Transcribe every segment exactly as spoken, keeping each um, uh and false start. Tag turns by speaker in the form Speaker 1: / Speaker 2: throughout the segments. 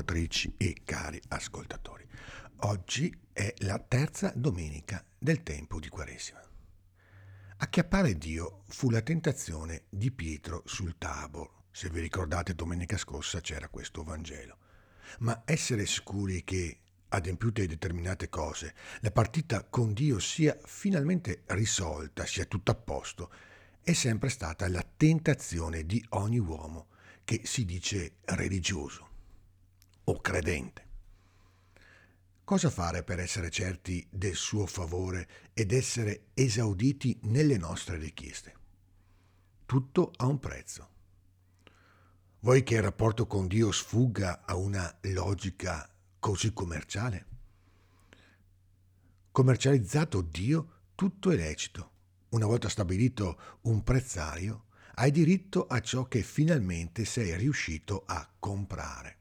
Speaker 1: ascoltatrici e cari ascoltatori. Oggi è la terza domenica del tempo di Quaresima. Acchiappare Dio fu la tentazione di Pietro sul Tabor. Se vi ricordate, domenica scorsa c'era questo Vangelo. Ma essere sicuri che, adempiute determinate cose, la partita con Dio sia finalmente risolta, sia tutto a posto, è sempre stata la tentazione di ogni uomo che si dice religioso o credente. Cosa fare per essere certi del suo favore ed essere esauditi nelle nostre richieste? Tutto ha un prezzo. Vuoi che il rapporto con Dio sfugga a una logica così commerciale? Commercializzato Dio, tutto è lecito. Una volta stabilito un prezzario, hai diritto a ciò che finalmente sei riuscito a comprare.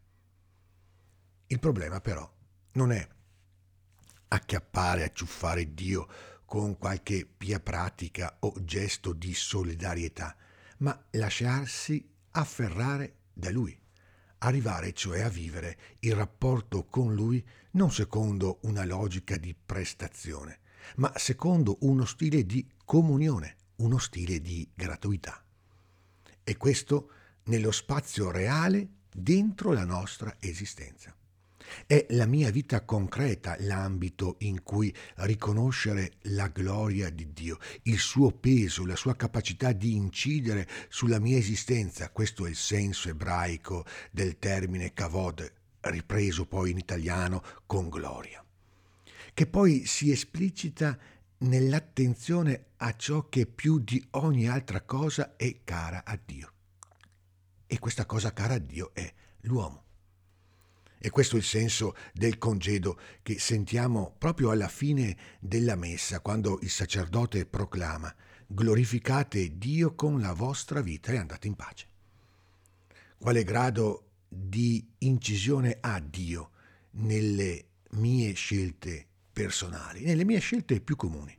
Speaker 1: Il problema però non è acchiappare, acciuffare Dio con qualche pia pratica o gesto di solidarietà, ma lasciarsi afferrare da Lui, arrivare cioè a vivere il rapporto con Lui non secondo una logica di prestazione, ma secondo uno stile di comunione, uno stile di gratuità. E questo nello spazio reale dentro la nostra esistenza. È la mia vita concreta l'ambito in cui riconoscere la gloria di Dio, il suo peso, la sua capacità di incidere sulla mia esistenza. Questo è il senso ebraico del termine kavod, ripreso poi in italiano con gloria, che poi si esplicita nell'attenzione a ciò che più di ogni altra cosa è cara a Dio. E questa cosa cara a Dio è l'uomo. E questo è il senso del congedo che sentiamo proprio alla fine della messa, quando il sacerdote proclama: glorificate Dio con la vostra vita e andate in pace. Quale grado di incisione ha Dio nelle mie scelte personali, nelle mie scelte più comuni?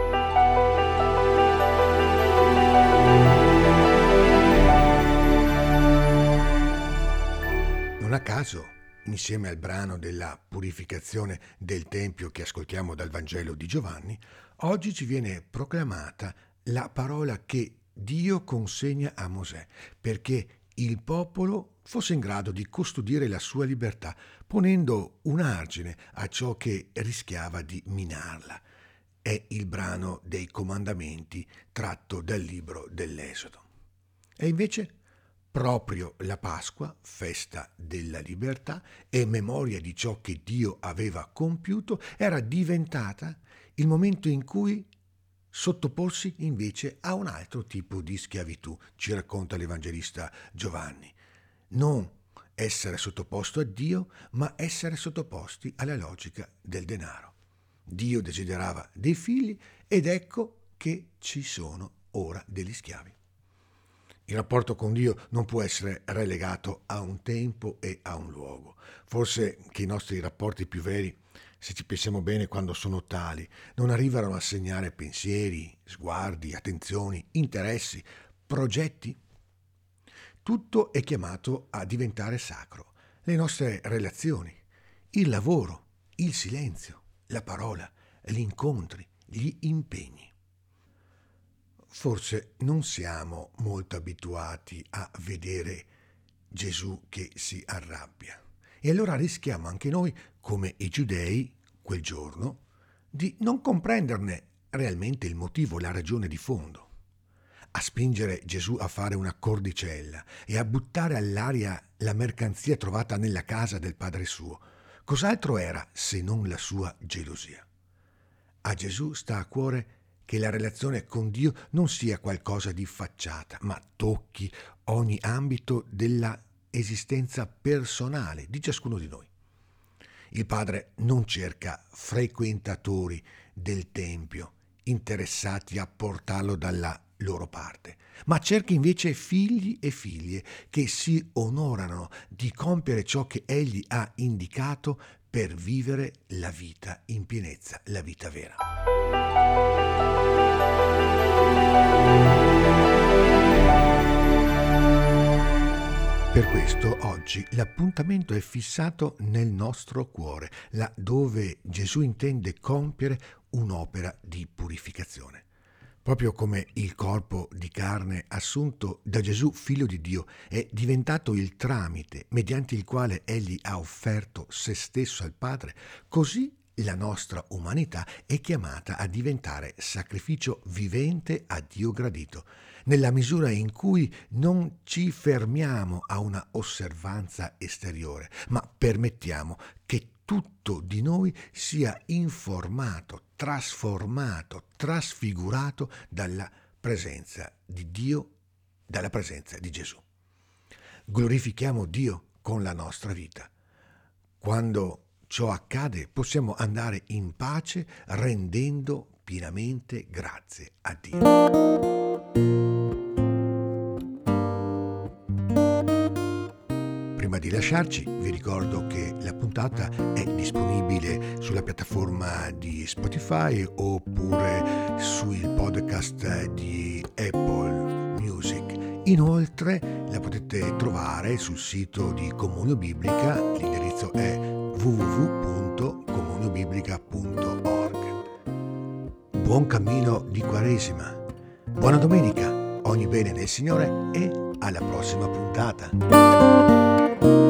Speaker 1: Non a caso, insieme al brano della purificazione del Tempio che ascoltiamo dal Vangelo di Giovanni, oggi ci viene proclamata la parola che Dio consegna a Mosè, perché il popolo fosse in grado di custodire la sua libertà, ponendo un argine a ciò che rischiava di minarla. È il brano dei comandamenti tratto dal libro dell'Esodo. E invece proprio la Pasqua, festa della libertà e memoria di ciò che Dio aveva compiuto, era diventata il momento in cui sottoporsi invece a un altro tipo di schiavitù, ci racconta l'Evangelista Giovanni. Non essere sottoposto a Dio, ma essere sottoposti alla logica del denaro. Dio desiderava dei figli ed ecco che ci sono ora degli schiavi. Il rapporto con Dio non può essere relegato a un tempo e a un luogo. Forse che i nostri rapporti più veri, se ci pensiamo bene quando sono tali, non arrivano a segnare pensieri, sguardi, attenzioni, interessi, progetti. Tutto è chiamato a diventare sacro. Le nostre relazioni, il lavoro, il silenzio, la parola, gli incontri, gli impegni. Forse non siamo molto abituati a vedere Gesù che si arrabbia e allora rischiamo anche noi, come i giudei quel giorno, di non comprenderne realmente il motivo, la ragione di fondo, a spingere Gesù a fare una cordicella e a buttare all'aria la mercanzia trovata nella casa del Padre suo. Cos'altro era se non la sua gelosia? A Gesù sta a cuore che la relazione con Dio non sia qualcosa di facciata, ma tocchi ogni ambito della esistenza personale di ciascuno di noi. Il Padre non cerca frequentatori del Tempio interessati a portarlo dalla loro parte, ma cerca invece figli e figlie che si onorano di compiere ciò che Egli ha indicato per vivere la vita in pienezza, la vita vera. Per questo oggi l'appuntamento è fissato nel nostro cuore, là dove Gesù intende compiere un'opera di purificazione. Proprio come il corpo di carne assunto da Gesù, figlio di Dio, è diventato il tramite mediante il quale egli ha offerto se stesso al Padre, così la nostra umanità è chiamata a diventare sacrificio vivente a Dio gradito, nella misura in cui non ci fermiamo a una osservanza esteriore, ma permettiamo che tutto di noi sia informato, trasformato, trasfigurato dalla presenza di Dio, dalla presenza di Gesù. Glorifichiamo Dio con la nostra vita. Quando ciò accade, possiamo andare in pace rendendo pienamente grazie a Dio. Prima di lasciarci, vi ricordo che la puntata è disponibile sulla piattaforma di Spotify oppure sul podcast di Apple Music. Inoltre la potete trovare sul sito di Comunio Biblica, l'indirizzo è w w w punto comunio biblica punto org. Buon cammino di Quaresima, buona domenica, ogni bene nel Signore e alla prossima puntata.